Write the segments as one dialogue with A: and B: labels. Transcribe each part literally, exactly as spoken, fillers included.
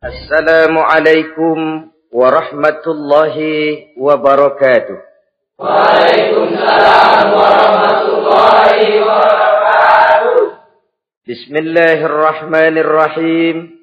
A: Assalamualaikum warahmatullahi wabarakatuh.
B: Waalaikumsalam warahmatullahi wabarakatuh.
A: Bismillahirrahmanirrahim.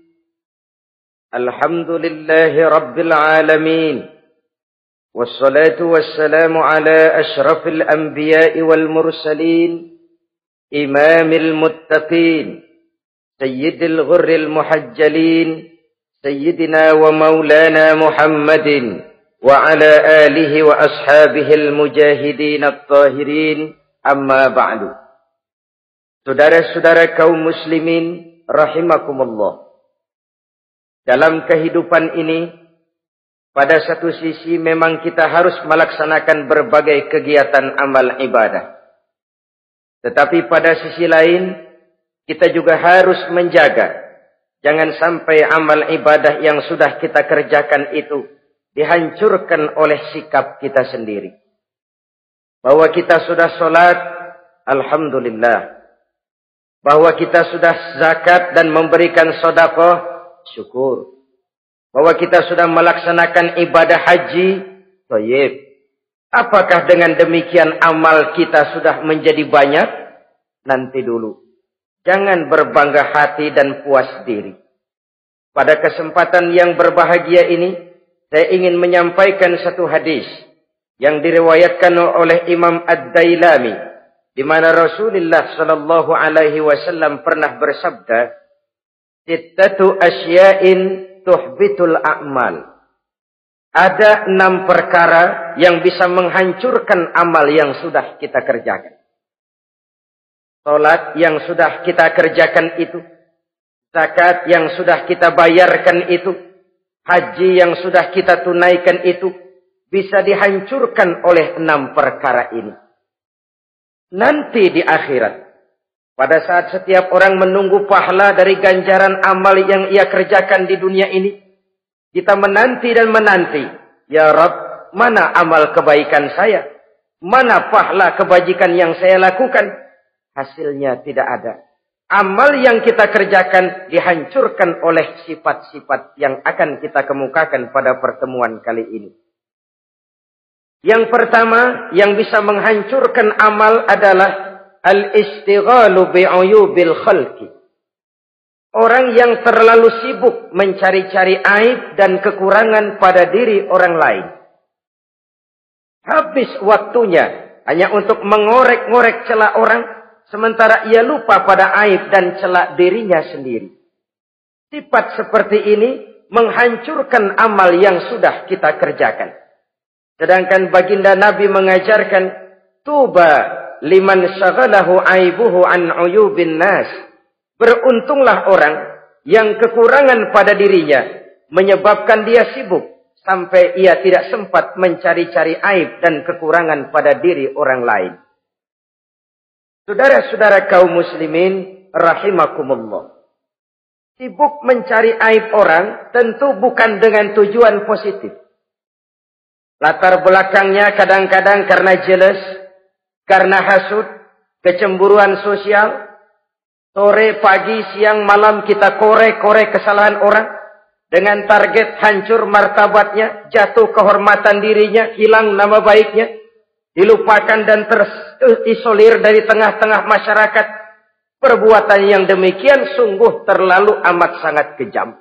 A: Alhamdulillahi rabbil alamin. Wassalatu wassalamu ala ashrafil anbiya'i wal mursalin. Imamil muttaqin. Sayyidil ghurril muhajjalin. Sayyidina wa maulana Muhammadin wa ala alihi wa ashabihil mujahidin at-tahirin, amma ba'du. Saudara-saudara kaum muslimin rahimakumullah. Dalam kehidupan ini, pada satu sisi memang kita harus melaksanakan berbagai kegiatan amal ibadah. Tetapi pada sisi lain, kita juga harus menjaga jangan sampai amal ibadah yang sudah kita kerjakan itu dihancurkan oleh sikap kita sendiri. Bahwa kita sudah sholat, alhamdulillah. Bahwa kita sudah zakat dan memberikan sedekah, syukur. Bahwa kita sudah melaksanakan ibadah haji, thayyib. Apakah dengan demikian amal kita sudah menjadi banyak? Nanti dulu. Jangan berbangga hati dan puas diri. Pada kesempatan yang berbahagia ini, saya ingin menyampaikan satu hadis yang diriwayatkan oleh Imam Ad-Dailami, di mana Rasulullah sallallahu alaihi wasallam pernah bersabda, "Sittatu asya'in tuhbitul a'mal." Ada enam perkara yang bisa menghancurkan amal yang sudah kita kerjakan. Salat yang sudah kita kerjakan itu, zakat yang sudah kita bayarkan itu, haji yang sudah kita tunaikan itu, bisa dihancurkan oleh enam perkara ini. Nanti di akhirat, pada saat setiap orang menunggu pahala dari ganjaran amal yang ia kerjakan di dunia ini, kita menanti dan menanti, ya Rabb, mana amal kebaikan saya? Mana pahala kebajikan yang saya lakukan? Hasilnya tidak ada. Amal yang kita kerjakan dihancurkan oleh sifat-sifat yang akan kita kemukakan pada pertemuan kali ini. Yang pertama yang bisa menghancurkan amal adalah al-istighalu bi'uyubil khalqi. Orang yang terlalu sibuk mencari-cari aib dan kekurangan pada diri orang lain. Habis waktunya hanya untuk mengorek-ngorek celah orang, sementara ia lupa pada aib dan celak dirinya sendiri. Sifat seperti ini menghancurkan amal yang sudah kita kerjakan. Sedangkan baginda Nabi mengajarkan, tuba liman syaghalahu aibuhu an uyubin nas. Beruntunglah orang yang kekurangan pada dirinya menyebabkan dia sibuk sampai ia tidak sempat mencari-cari aib dan kekurangan pada diri orang lain. Saudara-saudara kaum muslimin rahimakumullah. Sibuk mencari aib orang tentu bukan dengan tujuan positif. Latar belakangnya kadang-kadang karena jealous, karena hasud, kecemburuan sosial. Sore, pagi, siang, malam kita korek-korek kesalahan orang dengan target hancur martabatnya, jatuh kehormatan dirinya, hilang nama baiknya. Dilupakan dan terisolir dari tengah-tengah masyarakat. Perbuatan yang demikian sungguh terlalu amat sangat kejam.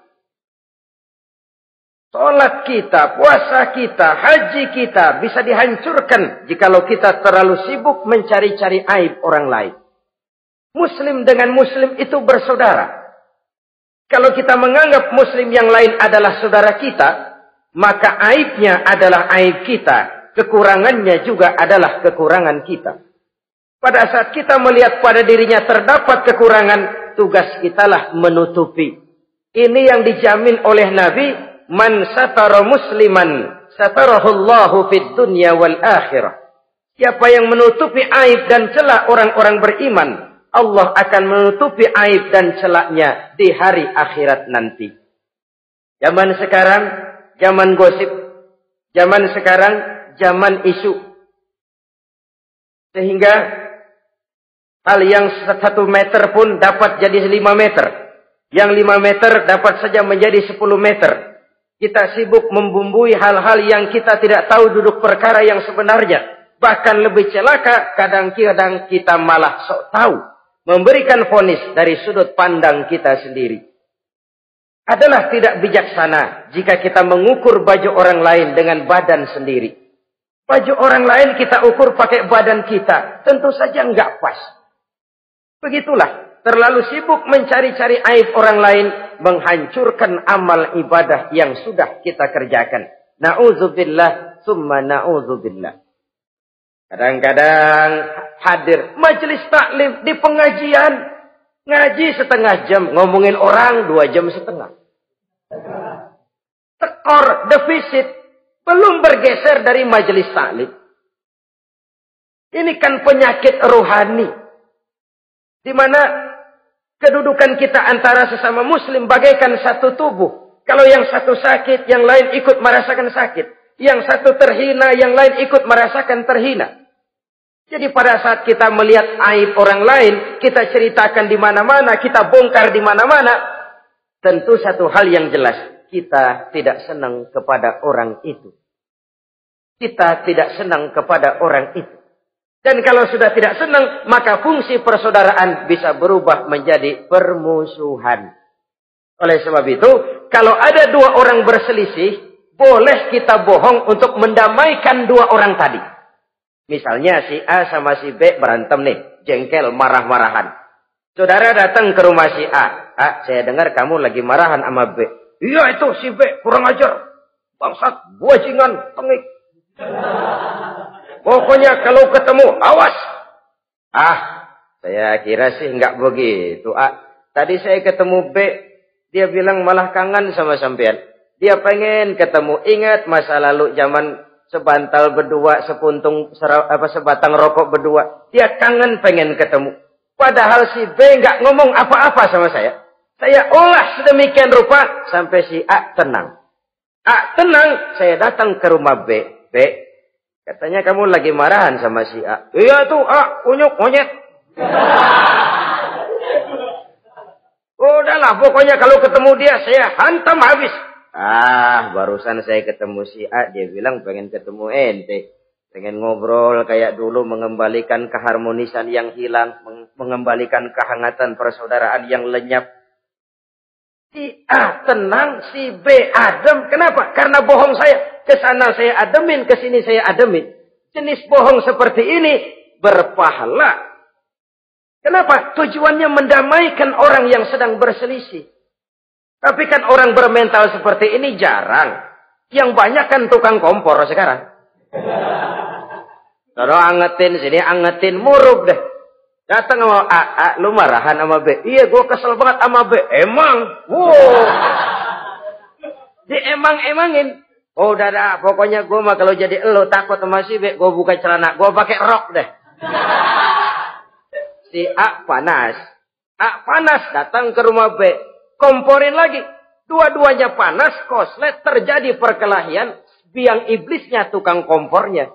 A: Salat kita, puasa kita, haji kita bisa dihancurkan jikalau kita terlalu sibuk mencari-cari aib orang lain. Muslim dengan muslim itu bersaudara. Kalau kita menganggap muslim yang lain adalah saudara kita, maka aibnya adalah aib kita. Kekurangannya juga adalah kekurangan kita. Pada saat kita melihat pada dirinya terdapat kekurangan, tugas kitalah menutupi. Ini yang dijamin oleh Nabi, man satara musliman satarahullahu fid dunya wal akhirah. Siapa yang menutupi aib dan celak orang-orang beriman, Allah akan menutupi aib dan celaknya di hari akhirat nanti. Zaman sekarang, zaman gosip. Zaman sekarang, zaman isu. Sehingga hal yang satu meter pun dapat jadi lima meter. Yang lima meter dapat saja menjadi sepuluh meter. Kita sibuk membumbui hal-hal yang kita tidak tahu duduk perkara yang sebenarnya. Bahkan lebih celaka, kadang-kadang kita malah sok tahu. Memberikan vonis dari sudut pandang kita sendiri. Adalah tidak bijaksana jika kita mengukur baju orang lain dengan badan sendiri. Baju orang lain kita ukur pakai badan kita. Tentu saja enggak pas. Begitulah. Terlalu sibuk mencari-cari aib orang lain. Menghancurkan amal ibadah yang sudah kita kerjakan. Na'udzubillah, summa na'udzubillah. Kadang-kadang hadir majelis taklim di pengajian. Ngaji setengah jam. Ngomongin orang dua jam setengah. Tekor, defisit. Belum bergeser dari majelis taklim. Ini kan penyakit rohani. Di mana kedudukan kita antara sesama muslim bagaikan satu tubuh. Kalau yang satu sakit, yang lain ikut merasakan sakit. Yang satu terhina, yang lain ikut merasakan terhina. Jadi pada saat kita melihat aib orang lain, kita ceritakan di mana-mana, kita bongkar di mana-mana. Tentu satu hal yang jelas, kita tidak senang kepada orang itu. Kita tidak senang kepada orang itu. Dan kalau sudah tidak senang, maka fungsi persaudaraan bisa berubah menjadi permusuhan. Oleh sebab itu, kalau ada dua orang berselisih, boleh kita bohong untuk mendamaikan dua orang tadi. Misalnya si A sama si B berantem nih, jengkel, marah-marahan. Saudara datang ke rumah si A. A, saya dengar kamu lagi marahan sama B. Iya itu si B, kurang ajar. Bangsat, bajingan, tengik. Pokoknya kalau ketemu, awas. Ah, saya kira sih nggak begitu. A, tadi saya ketemu B, dia bilang malah kangen sama sampean. Dia pengen ketemu. Ingat masa lalu zaman sebantal berdua, sepuntung apa sebatang rokok berdua. Dia kangen pengen ketemu. Padahal si B nggak ngomong apa-apa sama saya. Saya olah sedemikian rupa sampai si A tenang. A tenang, saya datang ke rumah B. B, katanya kamu lagi marahan sama si A. Iya tuh A, kunyuk monyet. Udahlah, pokoknya kalau ketemu dia saya hantam habis. Ah, barusan saya ketemu si A, dia bilang pengen ketemu ente. Pengen ngobrol kayak dulu, mengembalikan keharmonisan yang hilang, mengembalikan kehangatan persaudaraan yang lenyap. Si A tenang, si B adem. Kenapa? Karena bohong saya. Kesana saya ademin, kesini saya ademin. Jenis bohong seperti ini berpahala. Kenapa? Tujuannya mendamaikan orang yang sedang berselisih. Tapi kan orang bermental seperti ini jarang. Yang banyak kan tukang kompor sekarang. Kalau angetin sini, angetin murub deh. Datang sama A, A, lu marahan sama B. Iya, gue kesel banget sama B. Emang? Wow. Diemang-emangin. Oh, udah dah. Pokoknya gue mah kalau jadi elu takut sama si B. Gue buka celana. Gue pakai rok deh. Si A panas. A panas. Datang ke rumah B. Komporin lagi. Dua-duanya panas. Koslet. Terjadi perkelahian. Biang iblisnya tukang kompornya.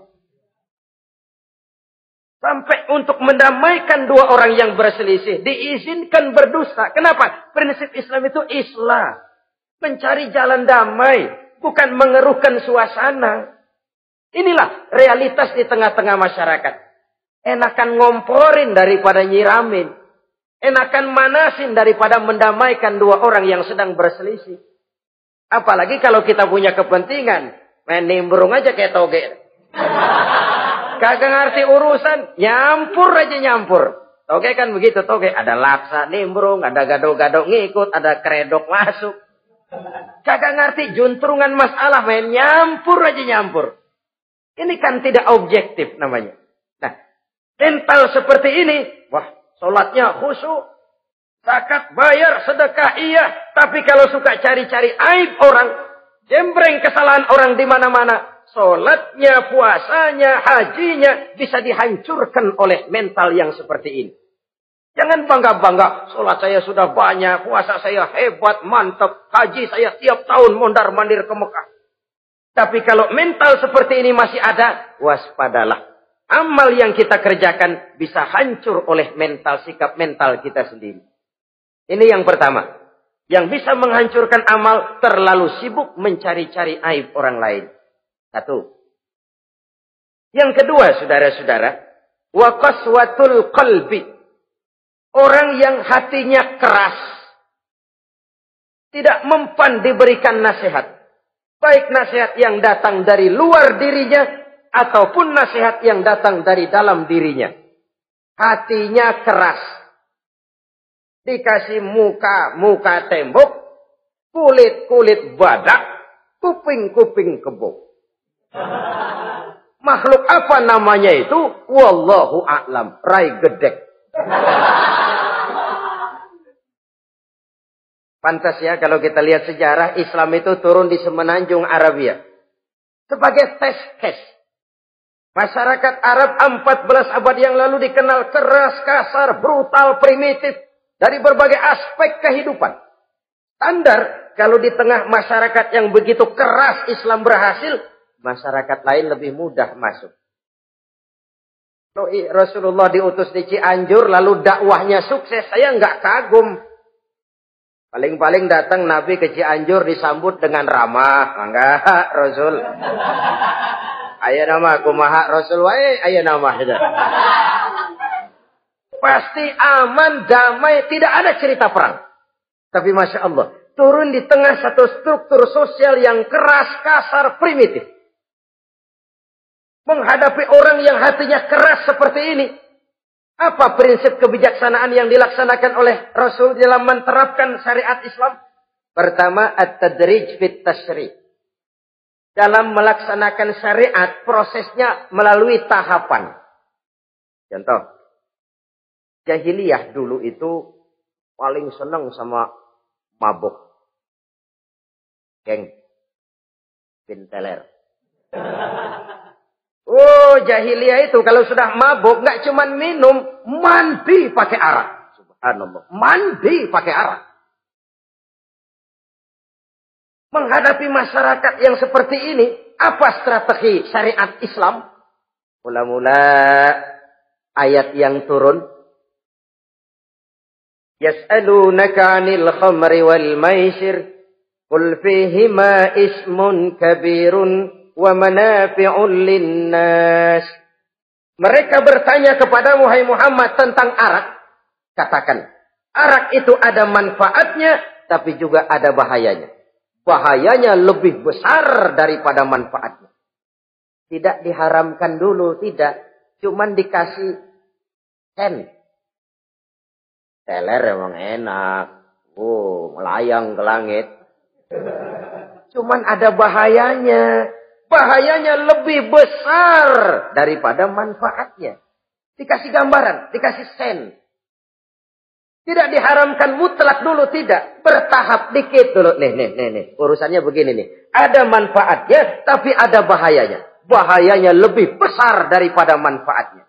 A: Sampai untuk mendamaikan dua orang yang berselisih. Diizinkan berdusta. Kenapa? Prinsip Islam itu islah. Mencari jalan damai. Bukan mengeruhkan suasana. Inilah realitas di tengah-tengah masyarakat. Enakan ngomporin daripada nyiramin. Enakan manasin daripada mendamaikan dua orang yang sedang berselisih. Apalagi kalau kita punya kepentingan. Main nimbrung aja kayak toge. Kagak ngerti urusan. Nyampur aja nyampur. Toge kan begitu toge. Ada laksa nimbrung. Ada gado-gado ngikut. Ada kredok masuk. Kagak ngerti juntrungan masalah. Main nyampur aja nyampur. Ini kan tidak objektif namanya. Nah. Mental seperti ini. Wah. Sholatnya khusyuk. Zakat bayar. Sedekah iya. Tapi kalau suka cari-cari aib orang. Jembreng kesalahan orang di mana-mana. Sholatnya, puasanya, hajinya bisa dihancurkan oleh mental yang seperti ini. Jangan bangga-bangga. Sholat saya sudah banyak, puasa saya hebat, mantap, haji saya tiap tahun mondar-mandir ke Mekah. Tapi kalau mental seperti ini masih ada, waspadalah. Amal yang kita kerjakan bisa hancur oleh mental, sikap mental kita sendiri. Ini yang pertama. Yang bisa menghancurkan amal terlalu sibuk mencari-cari aib orang lain. Satu. Yang kedua, saudara-saudara, wa qaswatul qalbi. Orang yang hatinya keras, tidak mempan diberikan nasihat. Baik nasihat yang datang dari luar dirinya, ataupun nasihat yang datang dari dalam dirinya. Hatinya keras. Dikasih muka, muka tembok, kulit-kulit badak, kuping-kuping kebo. Makhluk apa namanya itu? Wallahu a'lam. Rai gedek. Pantas ya kalau kita lihat sejarah, Islam itu turun di semenanjung Arabia. Sebagai tes case. Masyarakat Arab empat belas abad yang lalu dikenal keras, kasar, brutal, primitif. Dari berbagai aspek kehidupan. Standar, kalau di tengah masyarakat yang begitu keras Islam berhasil, masyarakat lain lebih mudah masuk. Rasulullah diutus di Cianjur, lalu dakwahnya sukses, saya nggak kagum. Paling-paling datang Nabi ke Cianjur disambut dengan ramah. Enggak, Rasul. Ayo nama kumaha Rasul wae, ayo nama. Pasti aman, damai, tidak ada cerita perang. Tapi Masya Allah, turun di tengah satu struktur sosial yang keras, kasar, primitif. Menghadapi orang yang hatinya keras seperti ini. Apa prinsip kebijaksanaan yang dilaksanakan oleh Rasul dalam menerapkan syariat Islam? Pertama, at-tadrij fit tasyri'. Dalam melaksanakan syariat, prosesnya melalui tahapan. Contoh. Jahiliyah dulu itu paling senang sama mabuk. Geng. Pinteler. Oh, jahiliyah itu kalau sudah mabuk nggak cuma minum, mandi pakai arak. Subhanallah. Mandi pakai arak. Menghadapi masyarakat yang seperti ini, apa strategi syariat Islam? Mula-mula ayat yang turun. Yas'alunaka 'anil khamri wal maisir qul fihima ismun kabirun wa manafi'un linnas. Mereka bertanya kepadamu hai Muhammad tentang arak. Katakan, arak itu ada manfaatnya tapi juga ada bahayanya. Bahayanya lebih besar daripada manfaatnya. Tidak diharamkan dulu, tidak. Cuman dikasih sen. Teler emang enak. Oh, melayang ke langit. Cuman ada bahayanya. Bahayanya lebih besar daripada manfaatnya. Dikasih gambaran, dikasih sen. Tidak diharamkan mutlak dulu, tidak. Bertahap dikit dulu. Nih, nih, nih, nih. Urusannya begini nih. Ada manfaatnya, tapi ada bahayanya. Bahayanya lebih besar daripada manfaatnya.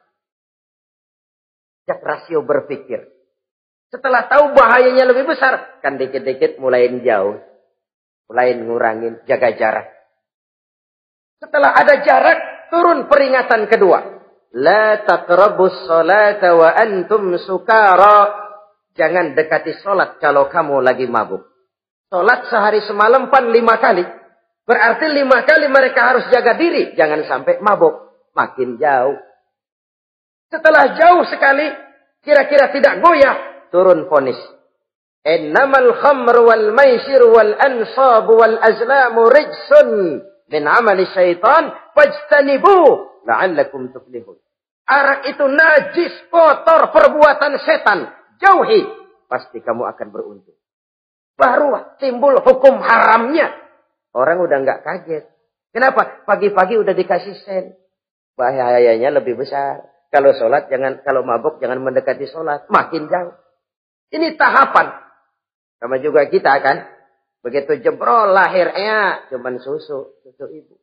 A: Jak rasio berpikir. Setelah tahu bahayanya lebih besar, kan dikit-dikit mulain jauh. Mulain ngurangin, jaga jarak. Setelah ada jarak, turun peringatan kedua. La taqrabus salata wa antum sukara. Jangan dekati sholat kalau kamu lagi mabuk. Sholat sehari semalam pan lima kali. Berarti lima kali mereka harus jaga diri. Jangan sampai mabuk. Makin jauh. Setelah jauh sekali, kira-kira tidak goyah, turun vonis. Innamal khamru wal maisir wal ansab wal azlamu rijsun min amali syaitan fajtanibu la'allakum tuflihun. Arak itu najis, kotor, perbuatan setan. Jauhi, pasti kamu akan beruntung. Baru timbul hukum haramnya. Orang udah nggak kaget. Kenapa? Pagi-pagi udah dikasih sen. Bahayanya lebih besar. Kalau sholat jangan, kalau mabuk jangan mendekati sholat. Makin jauh. Ini tahapan. Sama juga kita kan. Begitu jebrol lahirnya cuman susu, susu ibu.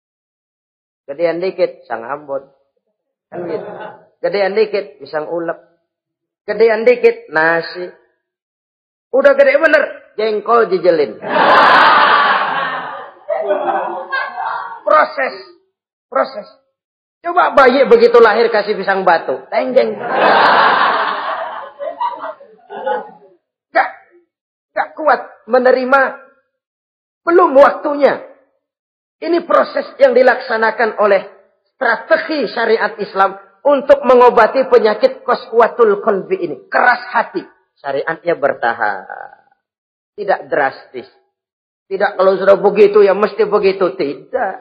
A: Gedean dikit sang ambon. Kan gitu. Gedean dikit pisang ulek. Gedean dikit nasi. Udah gede bener jengkol jejelin. Proses. Proses. Coba bayi begitu lahir kasih pisang batu. Tenggeng. Gak. Gak kuat. menerima, belum waktunya. Ini proses yang dilaksanakan oleh strategi syariat Islam untuk mengobati penyakit qaswatul qalbi ini. Keras hati. Syariatnya bertahap. Tidak drastis. Tidak kalau sudah begitu ya mesti begitu. Tidak.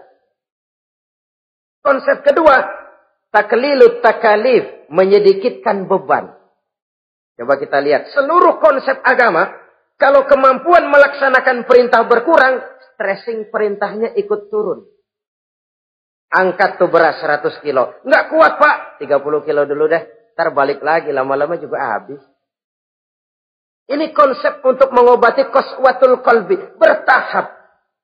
A: Konsep kedua, taklilut takalif, menyedikitkan beban. Coba kita lihat, seluruh konsep agama, kalau kemampuan melaksanakan perintah berkurang, stressing perintahnya ikut turun. Angkat tuh beras seratus kilo. Nggak kuat pak, tiga puluh kilo dulu deh. Ntar balik lagi, lama-lama juga habis. Ini konsep untuk mengobati qaswatul qalbi, bertahap.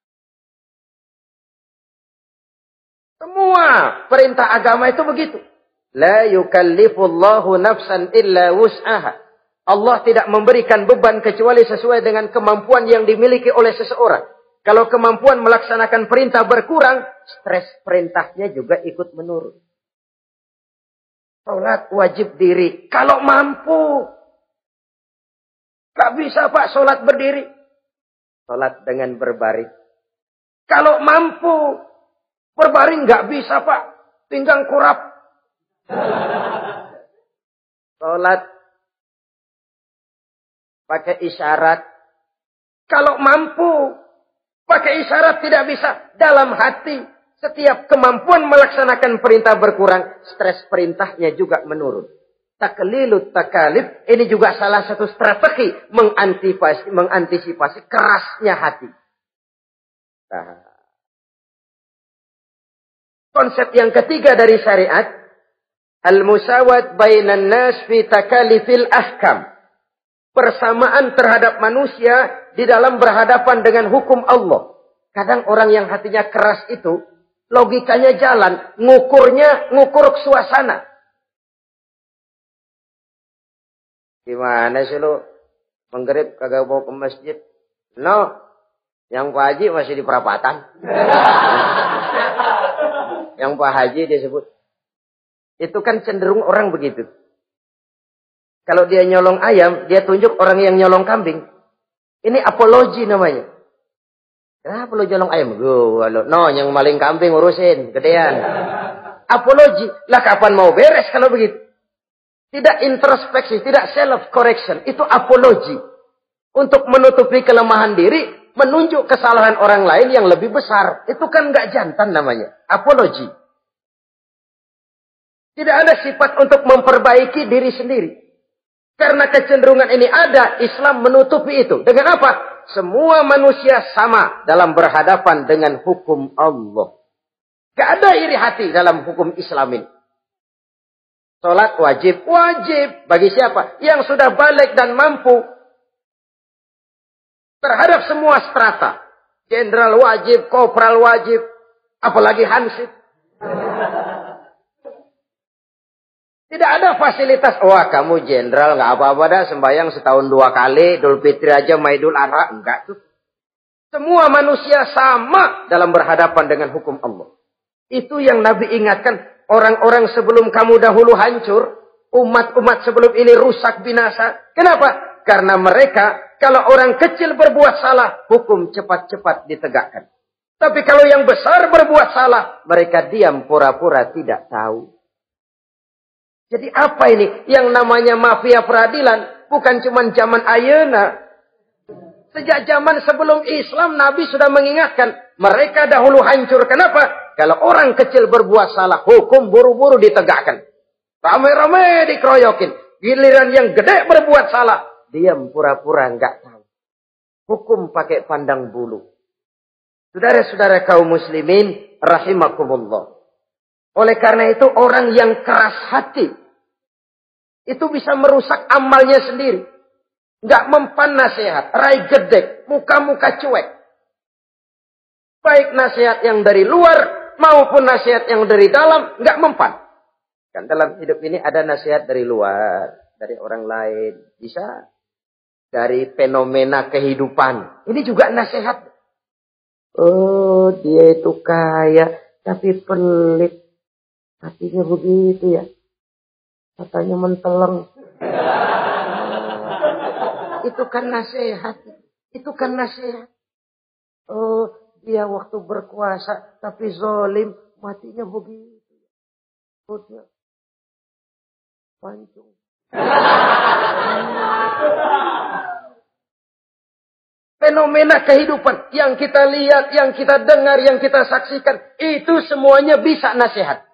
A: Semua perintah agama itu begitu. La yukallifullahu nafsan illa wus'aha. Allah tidak memberikan beban kecuali sesuai dengan kemampuan yang dimiliki oleh seseorang. Kalau kemampuan melaksanakan perintah berkurang, stres perintahnya juga ikut menurun. Salat wajib diri. Kalau mampu. Gak bisa pak salat berdiri. Salat dengan berbaring. Kalau mampu. Berbaring gak bisa pak. Pinggang kurap. Salat pakai isyarat. Kalau mampu pakai isyarat tidak bisa. Dalam hati setiap kemampuan melaksanakan perintah berkurang, stres perintahnya juga menurun. Taklilut takalif ini juga salah satu strategi mengantisipasi, mengantisipasi kerasnya hati. Nah. Konsep yang ketiga dari syariat, al-musawat bainan nas fi takalifil ahkam. Persamaan terhadap manusia di dalam berhadapan dengan hukum Allah. Kadang orang yang hatinya keras itu, logikanya jalan, ngukurnya ngukur suasana. Gimana sih lu? Menggerib kagak mau ke masjid? No, yang Pak Haji masih di perapatan. Yang Pak Haji disebut. Itu kan cenderung orang begitu. Kalau dia nyolong ayam, dia tunjuk orang yang nyolong kambing. Ini apologi namanya. Kenapa lu nyolong ayam? Gua lo, no, yang maling kambing urusin, gedean. Apologi. Lah kapan mau beres kalau begitu? Tidak introspeksi, tidak self correction. Itu apologi. Untuk menutupi kelemahan diri, menunjuk kesalahan orang lain yang lebih besar. Itu kan nggak jantan namanya. Apologi. Tidak ada sifat untuk memperbaiki diri sendiri. Karena kecenderungan ini ada, Islam menutupi itu. Dengan apa? Semua manusia sama dalam berhadapan dengan hukum Allah. Gak ada iri hati dalam hukum Islam ini. Salat wajib, wajib. Bagi siapa? Yang sudah balik dan mampu. Terhadap semua strata. Jenderal wajib, kopral wajib. Apalagi hansip. Tidak ada fasilitas. Wah kamu jenderal nggak apa-apa dah sembahyang setahun dua kali. Idul Fitri aja Maidul Adha. Enggak tuh. Semua manusia sama dalam berhadapan dengan hukum Allah. Itu yang Nabi ingatkan. Orang-orang sebelum kamu dahulu hancur. Umat-umat sebelum ini rusak binasa. Kenapa? Karena mereka kalau orang kecil berbuat salah. Hukum cepat-cepat ditegakkan. Tapi kalau yang besar berbuat salah. Mereka diam pura-pura tidak tahu. Jadi apa ini? Yang namanya mafia peradilan bukan cuma zaman ayeuna. Sejak zaman sebelum Islam Nabi sudah mengingatkan. Mereka dahulu hancur. Kenapa? Kalau orang kecil berbuat salah, hukum buru-buru ditegakkan. Rame-rame dikeroyokin. Giliran yang gede berbuat salah, diam pura-pura enggak tahu. Hukum pakai pandang bulu. Saudara-saudara kaum muslimin rahimakumullah. Oleh karena itu orang yang keras hati. Itu bisa merusak amalnya sendiri. Nggak mempan nasihat. Rai gedek. Muka-muka cuek. Baik nasihat yang dari luar. Maupun nasihat yang dari dalam. Nggak mempan. Kan dalam hidup ini ada nasihat dari luar. Dari orang lain. Bisa. Dari fenomena kehidupan. Ini juga nasihat. Oh dia itu kaya. Tapi pelit. Hatinya begitu ya. Katanya menteleng. Itu kan nasihat. Itu kan nasihat. Oh, dia waktu berkuasa tapi zalim, matinya begitu. Perutnya pancung. Fenomena kehidupan yang kita lihat, yang kita dengar, yang kita saksikan, itu semuanya bisa nasihat.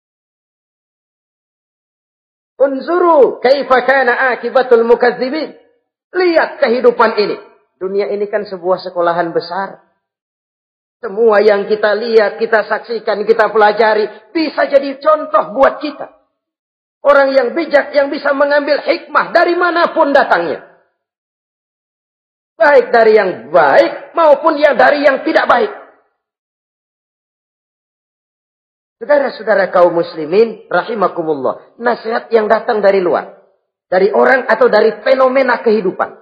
A: Unzuru kaifa kana akibatul mukadzibin. Lihat kehidupan ini. Dunia ini kan sebuah sekolahan besar. Semua yang kita lihat, kita saksikan, kita pelajari, bisa jadi contoh buat kita. Orang yang bijak, yang bisa mengambil hikmah dari manapun datangnya. Baik dari yang baik, maupun yang dari yang tidak baik. Saudara-saudara kaum muslimin, rahimakumullah. Nasihat yang datang dari luar. Dari orang atau dari fenomena kehidupan.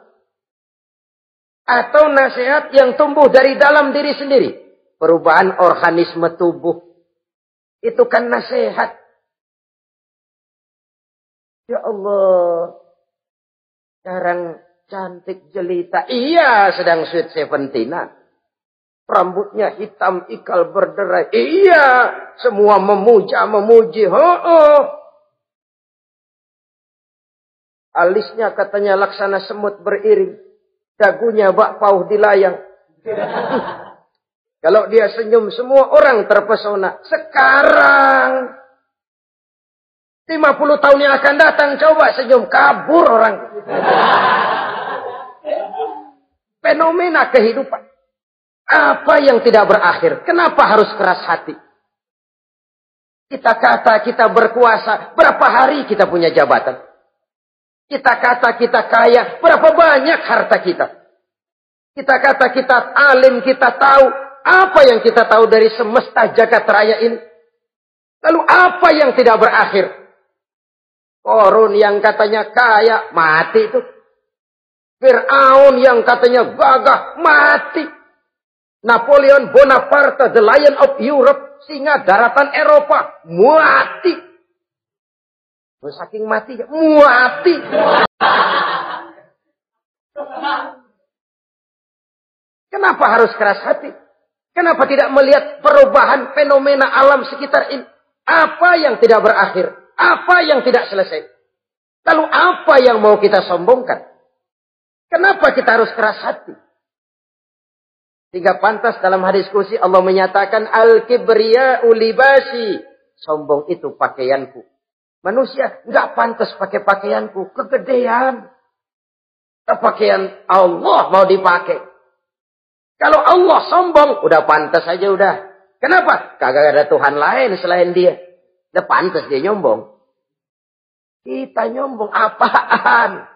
A: Atau nasihat yang tumbuh dari dalam diri sendiri. Perubahan organisme tubuh. Itu kan nasihat. Ya Allah. Sekarang cantik jelita. Iya sedang sweet seventeenan. Rambutnya hitam ikal berderai. Iya. Semua memuja, memuji. Oh, oh. Alisnya katanya laksana semut beriring. Dagunya bak pauh dilayang. Kalau dia senyum semua orang terpesona. Sekarang. lima puluh tahun yang akan datang coba senyum. Kabur orang. Fenomena kehidupan. Apa yang tidak berakhir? Kenapa harus keras hati? Kita kata kita berkuasa. Berapa hari kita punya jabatan? Kita kata kita kaya, berapa banyak harta kita. Kita kata kita alim, kita tahu. Apa yang kita tahu dari semesta jagat raya ini? Lalu apa yang tidak berakhir? Korun yang katanya kaya, mati itu. Fir'aun yang katanya gagah, mati. Napoleon Bonaparte, the Lion of Europe, singa daratan Eropa, mati. Saking mati, mati. Kenapa harus keras hati? Kenapa tidak melihat perubahan fenomena alam sekitar ini? Apa yang tidak berakhir? Apa yang tidak selesai? Lalu apa yang mau kita sombongkan? Kenapa kita harus keras hati? Sehingga pantas dalam hadis kursi Allah menyatakan al-kibriya'u libasi. Sombong itu pakaianku. Manusia nggak pantas pakai pakaianku. Kegedean. Pakaian Allah mau dipakai. Kalau Allah sombong, udah pantas aja udah. Kenapa? Kagak ada Tuhan lain selain dia. Udah pantas dia nyombong. Kita nyombong apaan?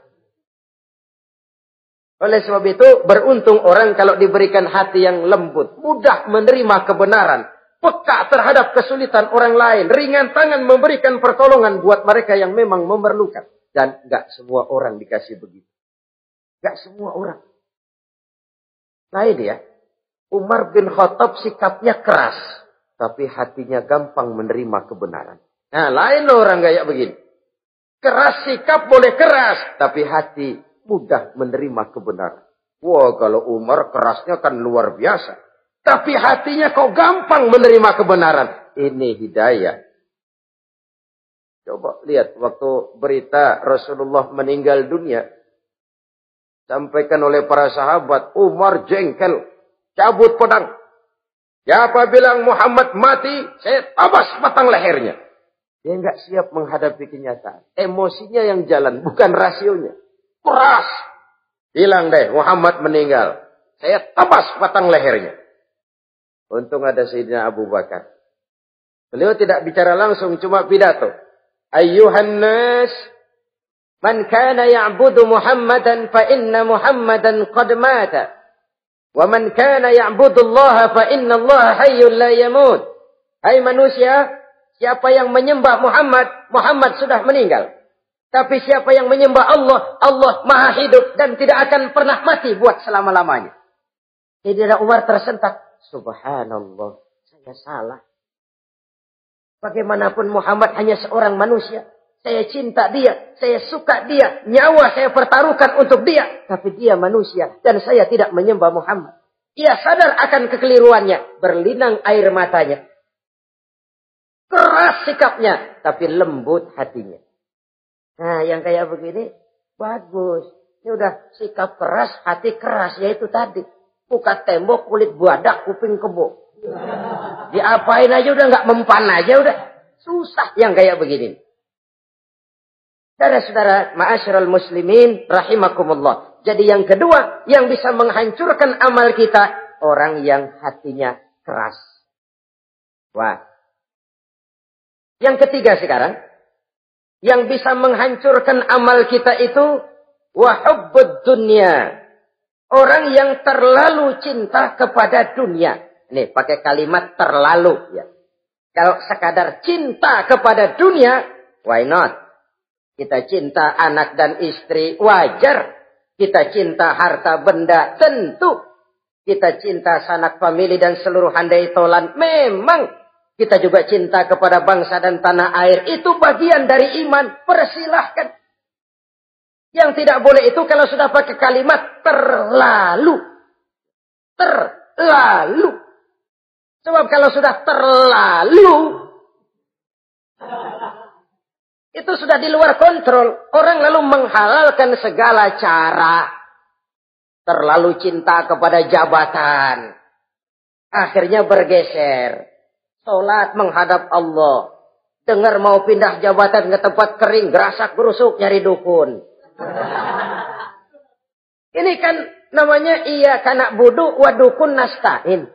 A: Oleh sebab itu, beruntung orang kalau diberikan hati yang lembut. Mudah menerima kebenaran. Peka terhadap kesulitan orang lain. Ringan tangan memberikan pertolongan buat mereka yang memang memerlukan. Dan gak semua orang dikasih begitu. Gak semua orang. Nah ini ya. Umar bin Khattab sikapnya keras. Tapi hatinya gampang menerima kebenaran. Nah lain orang kayak begini. Keras sikap boleh keras. Tapi hati mudah menerima kebenaran. Wah kalau Umar kerasnya kan luar biasa. Tapi hatinya kok gampang menerima kebenaran. Ini hidayah. Coba lihat waktu berita Rasulullah meninggal dunia. Sampaikan oleh para sahabat. Umar jengkel. Cabut pedang. Siapa bilang Muhammad mati. Saya tabas batang lehernya. Dia nggak siap menghadapi kenyataan. Emosinya yang jalan. Bukan rasionya. Keras. Bilang deh Muhammad meninggal. Saya tabas batang lehernya. Untung ada Sayyidina Abu Bakar. Beliau tidak bicara langsung, cuma pidato. Ayyuhan nas, man kana ya'budu Muhammadan fa inna Muhammadan qad mata. Wa man kana ya'budu Allah fa inna Allah hayyun la yamut. Hai manusia, siapa yang menyembah Muhammad, Muhammad sudah meninggal. Tapi siapa yang menyembah Allah, Allah maha hidup dan tidak akan pernah mati buat selama-lamanya. Sayyidina Umar tersentak. Subhanallah, saya salah. Bagaimanapun Muhammad hanya seorang manusia. Saya cinta dia, saya suka dia, nyawa saya pertaruhkan untuk dia. Tapi dia manusia dan saya tidak menyembah Muhammad. Ia sadar akan kekeliruannya, berlinang air matanya. Keras sikapnya, tapi lembut hatinya. Nah, yang kayak begini, bagus. Ini udah sikap keras, hati keras, yaitu tadi. Buka tembok, kulit buadak, kuping kebo. Diapain aja udah nggak mempan aja udah. Susah yang kayak begini. Saudara-saudara, ma'asyiral muslimin rahimakumullah. Jadi yang kedua yang bisa menghancurkan amal kita, orang yang hatinya keras. Wah. Yang ketiga sekarang, yang bisa menghancurkan amal kita itu wa hubbud dunya. Orang yang terlalu cinta kepada dunia. Nih, pakai kalimat terlalu ya. Kalau sekadar cinta kepada dunia, why not? Kita cinta anak dan istri, wajar. Kita cinta harta benda, tentu. Kita cinta sanak famili dan seluruh handai tolan, memang. Kita juga cinta kepada bangsa dan tanah air, itu bagian dari iman, persilahkan. Yang tidak boleh itu kalau sudah pakai kalimat terlalu. Terlalu. Sebab kalau sudah terlalu, itu sudah di luar kontrol. Orang lalu menghalalkan segala cara. Terlalu cinta kepada jabatan. Akhirnya bergeser. Sholat menghadap Allah. Dengar mau pindah jabatan ke tempat kering. Gerasak gerusuk nyari dukun. Ini kan namanya iya kanak budu wa dukun nasta'in.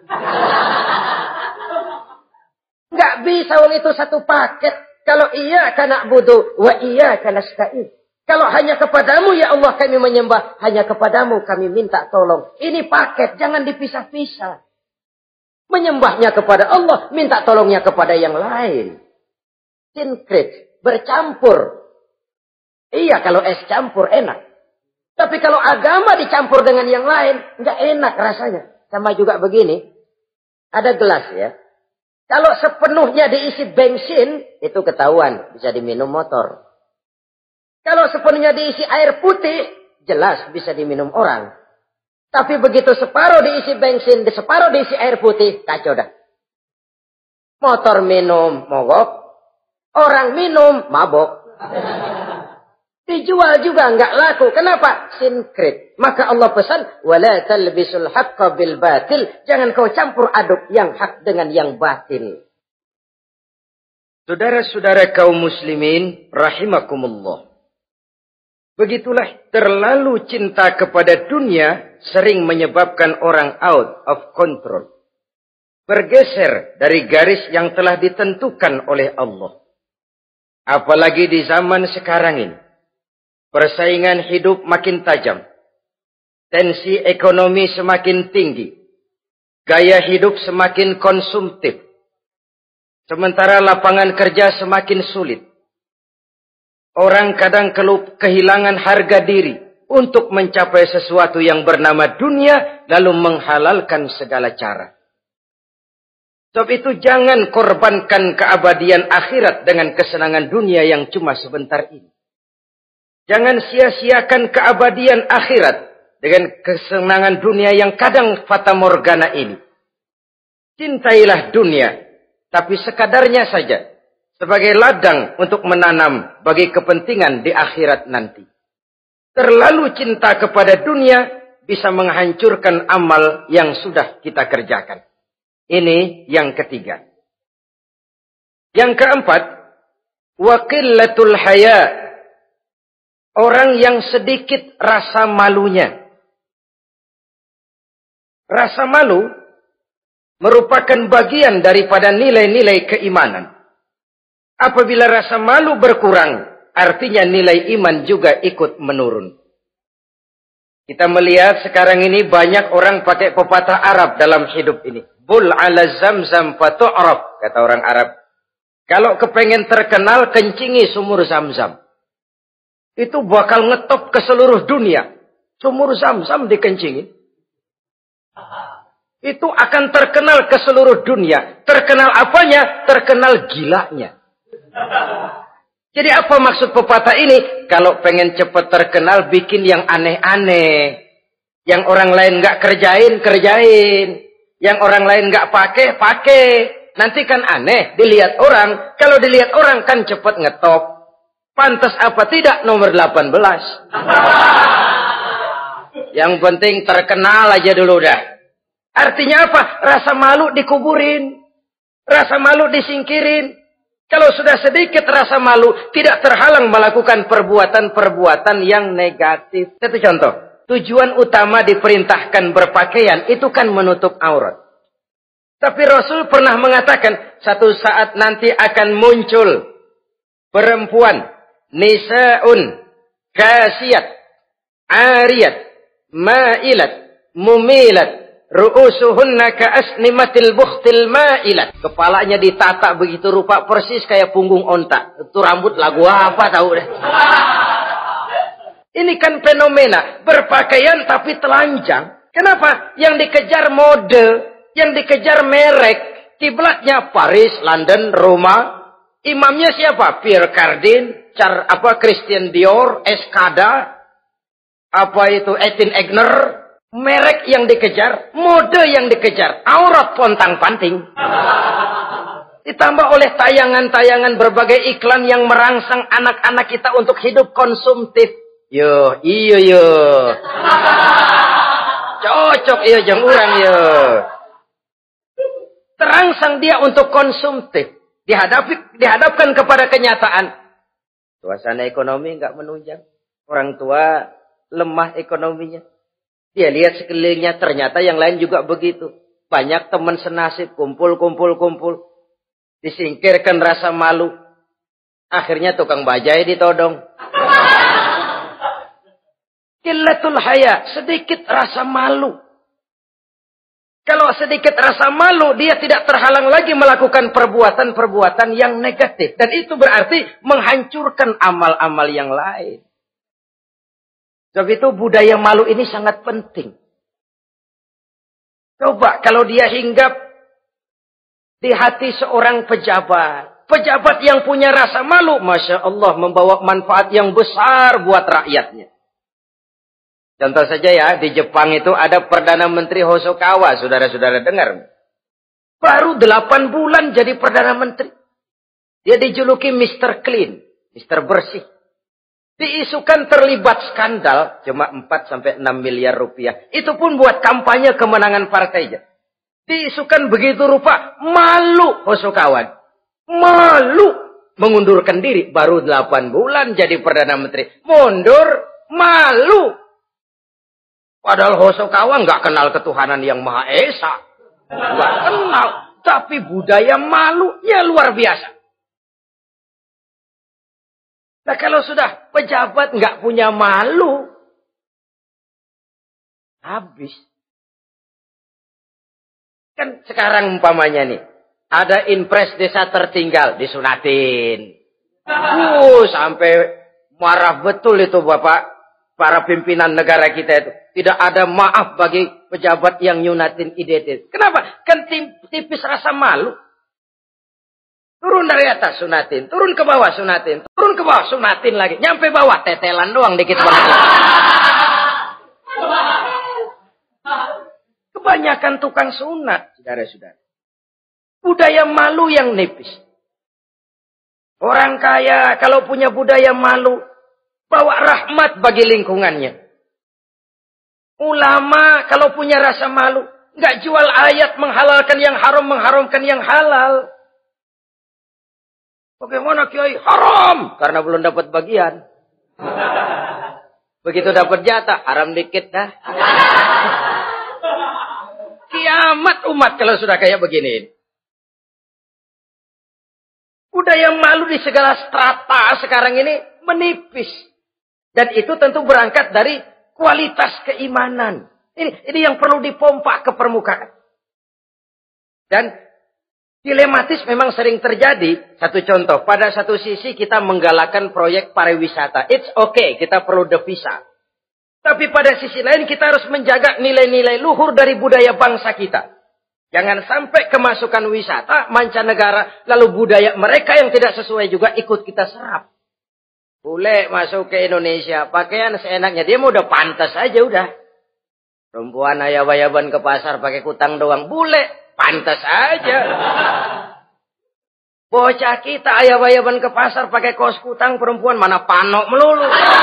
A: Nggak bisa wong itu satu paket. Kalau iya kana budu wa iya kana nasta'in. Kalau hanya kepadamu ya Allah kami menyembah, hanya kepadamu kami minta tolong. Ini paket, jangan dipisah-pisah. Menyembahnya kepada Allah, minta tolongnya kepada yang lain. Sinkret, bercampur. Iya kalau es campur enak. Tapi kalau agama dicampur dengan yang lain, nggak enak rasanya. Sama juga begini, ada gelas ya. Kalau sepenuhnya diisi bensin, itu ketahuan. Bisa diminum motor. Kalau sepenuhnya diisi air putih, jelas bisa diminum orang. Tapi begitu separuh diisi bensin, separuh diisi air putih, kacau dah. Motor minum, mogok. Orang minum, mabok. Dijual juga nggak laku. Kenapa? Sinkret. Maka Allah pesan, wala talbisul haqqa bil batil. Jangan kau campur aduk yang hak dengan yang batil. Saudara-saudara kaum muslimin rahimakumullah. Begitulah terlalu cinta kepada dunia sering menyebabkan orang out of control. Bergeser dari garis yang telah ditentukan oleh Allah. Apalagi di zaman sekarang ini. Persaingan hidup makin tajam. Tensi ekonomi semakin tinggi. Gaya hidup semakin konsumtif. Sementara lapangan kerja semakin sulit. Orang kadang kehilangan harga diri untuk mencapai sesuatu yang bernama dunia, lalu menghalalkan segala cara. Sebab itu jangan korbankan keabadian akhirat dengan kesenangan dunia yang cuma sebentar ini. Jangan sia-siakan keabadian akhirat dengan kesenangan dunia yang kadang fata morgana ini. Cintailah dunia, tapi sekadarnya saja. Sebagai ladang untuk menanam bagi kepentingan di akhirat nanti. Terlalu cinta kepada dunia bisa menghancurkan amal yang sudah kita kerjakan. Ini yang ketiga. Yang keempat, wa qillatul haya. Orang yang sedikit rasa malunya. Rasa malu merupakan bagian daripada nilai-nilai keimanan. Apabila rasa malu berkurang, artinya nilai iman juga ikut menurun. Kita melihat sekarang ini banyak orang pakai pepatah Arab dalam hidup ini. Bul ala zamzam fatu'raf, kata orang Arab. Kalau kepengen terkenal, kencingi sumur Zamzam. Itu bakal ngetop ke seluruh dunia. Sumur Zamzam dikencingi. Itu akan terkenal ke seluruh dunia. Terkenal apanya? Terkenal gilanya. Jadi apa maksud pepatah ini? Kalau pengen cepat terkenal, bikin yang aneh-aneh. Yang orang lain nggak kerjain, kerjain. Yang orang lain nggak pakai, pakai. Nanti kan aneh, dilihat orang. Kalau dilihat orang kan cepat ngetop. Pantas apa tidak nomor delapan belas. Yang penting terkenal aja dulu dah. Artinya apa? Rasa malu dikuburin. Rasa malu disingkirin. Kalau sudah sedikit rasa malu, tidak terhalang melakukan perbuatan-perbuatan yang negatif. Satu contoh. Tujuan utama diperintahkan berpakaian, itu kan menutup aurat. Tapi Rasul pernah mengatakan, satu saat nanti akan muncul perempuan, nisa'un, kasiyat, ariyat, ma'ilat, mumilat, ru'usuhunna ka'asnimatil bukhtil ma'ilat. Kepalanya ditata begitu rupa persis kayak punggung onta. Itu rambut lagu apa tahu deh. Ini kan fenomena berpakaian tapi telanjang. Kenapa? Yang dikejar mode, yang dikejar merek. Kiblatnya Paris, London, Roma. Imamnya siapa? Pierre Cardin, Char apa Christian Dior, Escada, apa itu Etienne Egner. Merek yang dikejar, mode yang dikejar, aurat pontang-panting. Ditambah oleh tayangan-tayangan berbagai iklan yang merangsang anak-anak kita untuk hidup konsumtif. Yo, iyo yo. Cocok iyo jeng urang yo. Terangsang dia untuk konsumtif. Dihadapi, dihadapkan kepada kenyataan. Suasana ekonomi nggak menunjang. Orang tua lemah ekonominya. Dia lihat sekelilingnya, ternyata yang lain juga begitu. Banyak teman senasib, kumpul, kumpul, kumpul. Disingkirkan rasa malu. Akhirnya tukang bajai ditodong. Qillatul haya, sedikit rasa malu. Kalau sedikit rasa malu, dia tidak terhalang lagi melakukan perbuatan-perbuatan yang negatif. Dan itu berarti menghancurkan amal-amal yang lain. Sebab itu budaya malu ini sangat penting. Coba kalau dia hinggap di hati seorang pejabat. Pejabat yang punya rasa malu, Masya Allah, membawa manfaat yang besar buat rakyatnya. Contoh saja ya, di Jepang itu ada Perdana Menteri Hosokawa, saudara-saudara dengar. Baru delapan bulan jadi Perdana Menteri. Dia dijuluki mister Clean, mister Bersih. Diisukan terlibat skandal, cuma empat sampai enam miliar rupiah. Itu pun buat kampanye kemenangan partainya. Diisukan begitu rupa, malu Hosokawa. Malu mengundurkan diri. Baru delapan bulan jadi Perdana Menteri. Mundur, malu. Padahal Hosokawa nggak kenal ketuhanan yang Maha Esa. Nggak kenal. Tapi budaya malunya luar biasa. Nah kalau sudah pejabat nggak punya malu, habis. Kan sekarang umpamanya nih, ada impres desa tertinggal, disunatin. Uh, sampai marah betul itu Bapak, para pimpinan negara kita itu. Tidak ada maaf bagi pejabat yang nyunatin identitas. Kenapa? Kan tipis rasa malu. Turun dari atas sunatin, turun ke bawah sunatin, turun ke bawah sunatin lagi. Nyampe bawah tetelan doang dikit banget. Kebanyakan tukang sunat, saudara-saudara. Budaya malu yang nipis. Orang kaya kalau punya budaya malu, bawa rahmat bagi lingkungannya. Ulama kalau punya rasa malu, nggak jual ayat menghalalkan yang haram, mengharamkan yang halal. Bagaimana Kiai? Haram! Karena belum dapat bagian. Begitu dapat jatah, haram dikit dah. Kiamat umat kalau sudah kayak begini. Budaya malu di segala strata sekarang ini menipis. Dan itu tentu berangkat dari kualitas keimanan. Ini, ini yang perlu dipompa ke permukaan. Dan dilematis memang sering terjadi. Satu contoh, pada satu sisi kita menggalakkan proyek pariwisata. It's okay, kita perlu devisa. Tapi pada sisi lain kita harus menjaga nilai-nilai luhur dari budaya bangsa kita. Jangan sampai kemasukan wisata mancanegara, lalu budaya mereka yang tidak sesuai juga ikut kita serap. Bule masuk ke Indonesia, pakaian seenaknya. Dia mau udah pantas aja udah. Perempuan ayab-ayaban ke pasar pakai kutang doang. Bule, pantas aja. Bocah kita ayab-ayaban ke pasar pakai kaos kutang, perempuan mana panok melulu.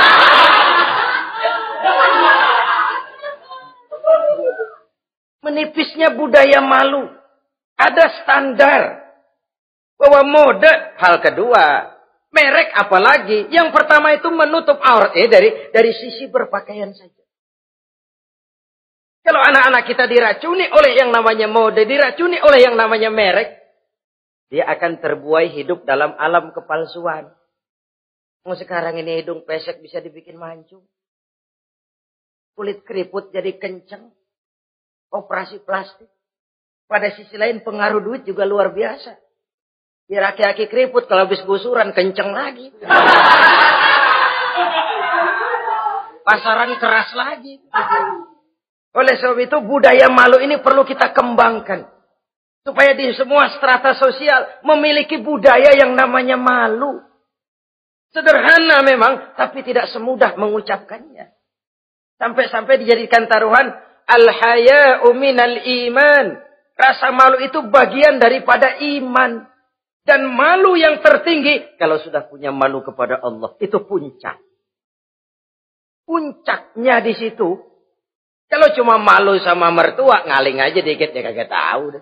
A: Menipisnya budaya malu. Ada standar. Bahwa mode, hal kedua. Merek apalagi. Yang pertama itu menutup aurat. Eh, dari, dari sisi berpakaian saja. Kalau anak-anak kita diracuni oleh yang namanya mode. Diracuni oleh yang namanya merek. Dia akan terbuai hidup dalam alam kepalsuan. Mau sekarang ini hidung pesek bisa dibikin mancung. Kulit keriput jadi kenceng. Operasi plastik. Pada sisi lain pengaruh duit juga luar biasa. Ya laki-laki keriput kalau habis gusuran kenceng lagi. Pasaran keras lagi. Oleh sebab itu budaya malu ini perlu kita kembangkan. Supaya di semua strata sosial memiliki budaya yang namanya malu. Sederhana memang, tapi tidak semudah mengucapkannya. Sampai-sampai dijadikan taruhan al-haya'u minal iman. Rasa malu itu bagian daripada iman. Dan malu yang tertinggi, kalau sudah punya malu kepada Allah, itu puncak. Puncaknya di situ. Kalau cuma malu sama mertua, ngaling aja dikit, ya kagak tahu deh.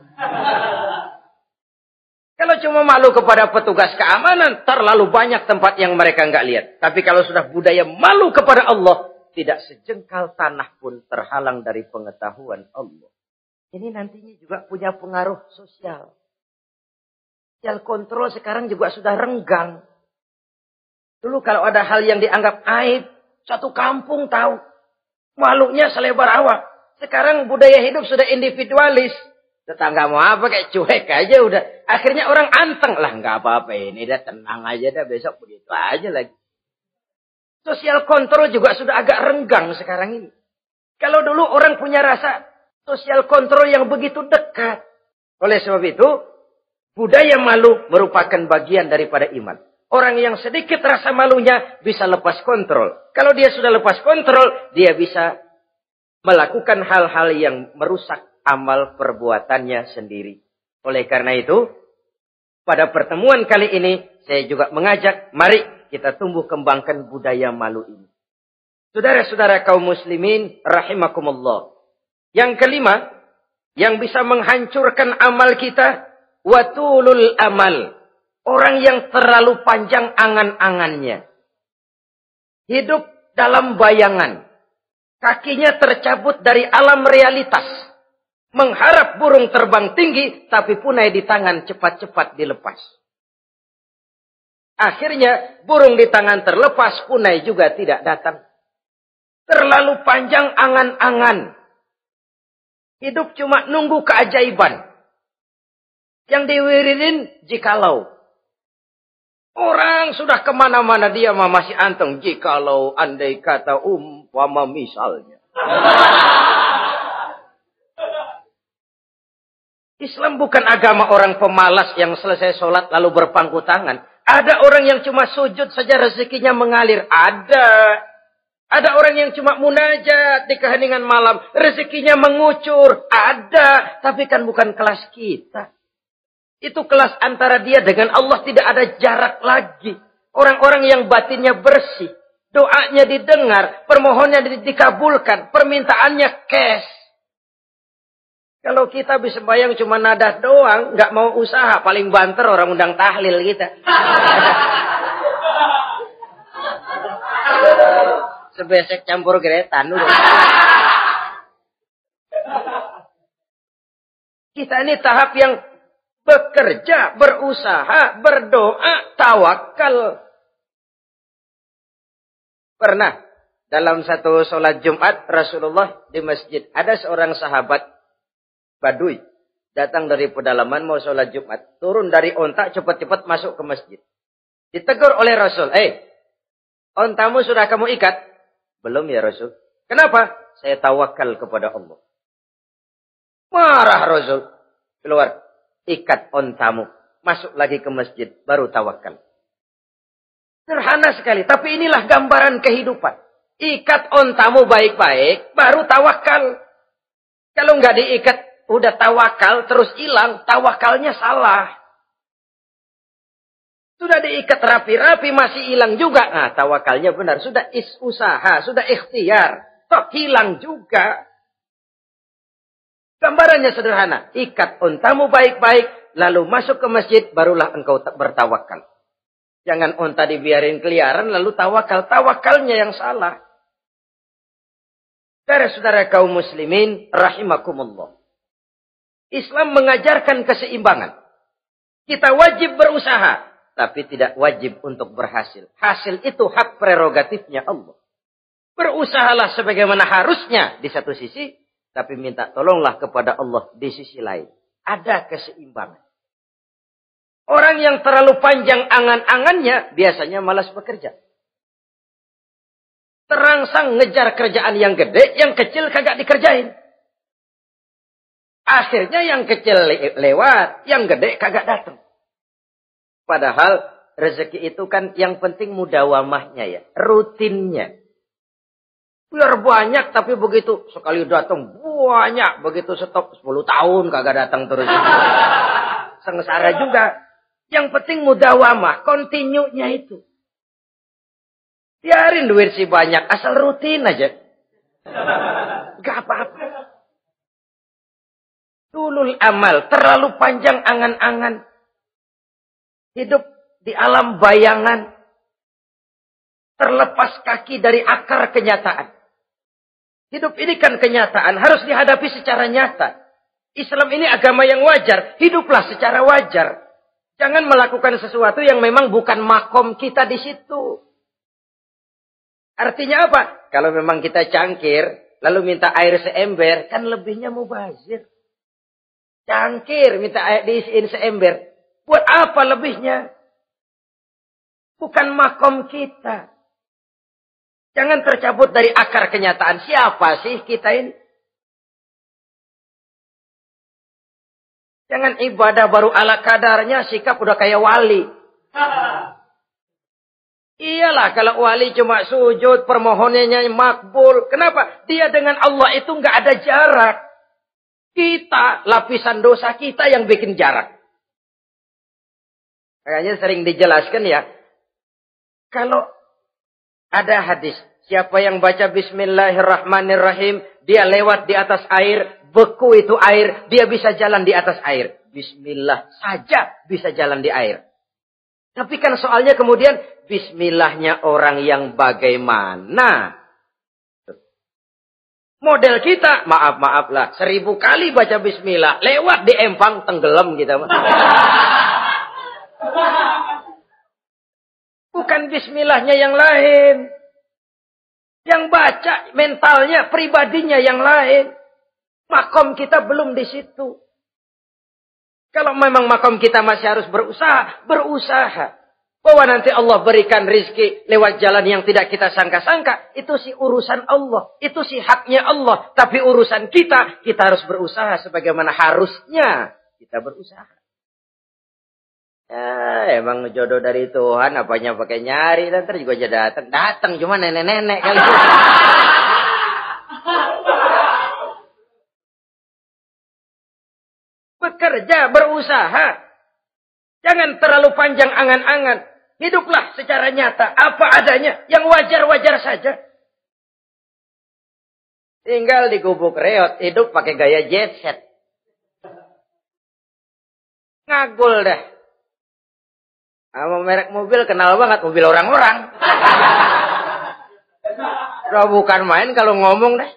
A: Kalau cuma malu kepada petugas keamanan, terlalu banyak tempat yang mereka nggak lihat. Tapi kalau sudah budaya malu kepada Allah, tidak sejengkal tanah pun terhalang dari pengetahuan Allah. Ini nantinya juga punya pengaruh sosial. Sosial kontrol sekarang juga sudah renggang. Dulu kalau ada hal yang dianggap aib, satu kampung tahu. Malunya selebar awak. Sekarang budaya hidup sudah individualis. Tetangga mau apa kayak cuek aja udah. Akhirnya orang anteng. Lah nggak apa-apa ini. Dah tenang aja dah. Besok begitu aja lagi. Sosial kontrol juga sudah agak renggang sekarang ini. Kalau dulu orang punya rasa sosial kontrol yang begitu dekat. Oleh sebab itu, budaya malu merupakan bagian daripada iman. Orang yang sedikit rasa malunya bisa lepas kontrol. Kalau dia sudah lepas kontrol, dia bisa melakukan hal-hal yang merusak amal perbuatannya sendiri. Oleh karena itu, pada pertemuan kali ini, saya juga mengajak, mari kita tumbuh kembangkan budaya malu ini. Saudara-saudara kaum muslimin, rahimakumullah. Yang kelima, yang bisa menghancurkan amal kita, watulul amal. Orang yang terlalu panjang angan-angannya. Hidup dalam bayangan. Kakinya tercabut dari alam realitas. Mengharap burung terbang tinggi, tapi punai di tangan cepat-cepat dilepas. Akhirnya burung di tangan terlepas, punai juga tidak datang. Terlalu panjang angan-angan. Hidup cuma nunggu keajaiban. Yang diwiridin jikalau. Orang sudah kemana-mana dia masih anteng. Jikalau andai kata umpama misalnya. Islam bukan agama orang pemalas yang selesai sholat lalu berpangku tangan. Ada orang yang cuma sujud saja rezekinya mengalir. Ada. Ada orang yang cuma munajat di keheningan malam. Rezekinya mengucur. Ada. Tapi kan bukan kelas kita. Itu kelas antara dia dengan Allah tidak ada jarak lagi. Orang-orang yang batinnya bersih. Doanya didengar. Permohonannya dikabulkan. Permintaannya cash. Kalau kita bisa bayang cuma nada doang. Nggak mau usaha. Paling banter orang undang tahlil kita. Sebesek campur geretan. Kita ini tahap yang bekerja, berusaha, berdoa, tawakal. Pernah dalam satu sholat Jumat Rasulullah di masjid. Ada seorang sahabat Badui. Datang dari pedalaman mau sholat Jumat. Turun dari onta cepat-cepat masuk ke masjid. Ditegur oleh Rasul. Eh, ontamu sudah kamu ikat? Belum ya Rasul. Kenapa? Saya tawakal kepada Allah. Marah Rasul. Keluar. Ikat ontamu. Masuk lagi ke masjid. Baru tawakal. Sederhana sekali. Tapi inilah gambaran kehidupan. Ikat ontamu baik-baik, baru tawakal. Kalau nggak diikat, udah tawakal, terus hilang, tawakalnya salah. Sudah diikat rapi-rapi, masih hilang juga. Nah, tawakalnya benar. Sudah is usaha, sudah ikhtiar. Toh hilang juga. Gambarannya sederhana. Ikat ontamu baik-baik, lalu masuk ke masjid, barulah engkau bertawakal. Jangan onta dibiarin keliaran, lalu tawakal. Tawakalnya yang salah. Saudara-saudara kaum muslimin, rahimakumullah. Islam mengajarkan keseimbangan. Kita wajib berusaha, tapi tidak wajib untuk berhasil. Hasil itu hak prerogatifnya Allah. Berusahalah sebagaimana harusnya di satu sisi, tapi minta tolonglah kepada Allah di sisi lain. Ada keseimbangan. Orang yang terlalu panjang angan-angannya biasanya malas bekerja. Terangsang ngejar kerjaan yang gede, yang kecil kagak dikerjain. Akhirnya yang kecil le lewat, yang gede kagak datang. Padahal rezeki itu kan yang penting mudawamahnya ya, rutinnya. Biar banyak tapi begitu sekali datang banyak, begitu stop sepuluh tahun kagak datang terus. Sengsara juga. Yang penting mudawamah, kontinunya itu. Biarin duit si banyak, asal rutin aja. Gak apa-apa. Dulul amal, terlalu panjang angan-angan. Hidup di alam bayangan. Terlepas kaki dari akar kenyataan. Hidup ini kan kenyataan, harus dihadapi secara nyata. Islam ini agama yang wajar, hiduplah secara wajar. Jangan melakukan sesuatu yang memang bukan makom kita di situ. Artinya apa? Kalau memang kita cangkir, lalu minta air seember, kan lebihnya mubazir. Cangkir, minta air diisiin seember. Buat apa lebihnya? Bukan makom kita. Jangan tercabut dari akar kenyataan. Siapa sih kita ini? Jangan ibadah baru ala kadarnya, sikap udah kayak wali. Iyalah kalau wali cuma sujud, permohonannya makbul. Kenapa? Dia dengan Allah itu nggak ada jarak. Kita, lapisan dosa kita yang bikin jarak. Makanya sering dijelaskan ya. Kalau ada hadis, siapa yang baca Bismillahirrahmanirrahim, dia lewat di atas air, beku itu air, dia bisa jalan di atas air. Bismillah saja bisa jalan di air. Tapi kan soalnya kemudian, Bismillahnya orang yang bagaimana? Model kita, maaf-maaf lah, seribu kali baca Bismillah, lewat di empang, tenggelam kita. Bukan Bismillahnya yang lain. Yang baca mentalnya, pribadinya yang lain. Makom kita belum di situ. Kalau memang makom kita masih harus berusaha, berusaha. Bahwa nanti Allah berikan rizki lewat jalan yang tidak kita sangka-sangka. Itu sih urusan Allah. Itu sih haknya Allah. Tapi urusan kita, kita harus berusaha sebagaimana harusnya kita berusaha. Ya, emang jodoh dari Tuhan, apanya pakai nyari, nanti juga aja datang. Datang cuma nenek-nenek kali. Bekerja, berusaha. Jangan terlalu panjang angan-angan. Hiduplah secara nyata, apa adanya, yang wajar-wajar saja. Tinggal di gubuk reot, hidup pakai gaya jet set. Ngagul dah. Sama merek mobil kenal banget, mobil orang-orang. Udah bukan main kalau ngomong deh.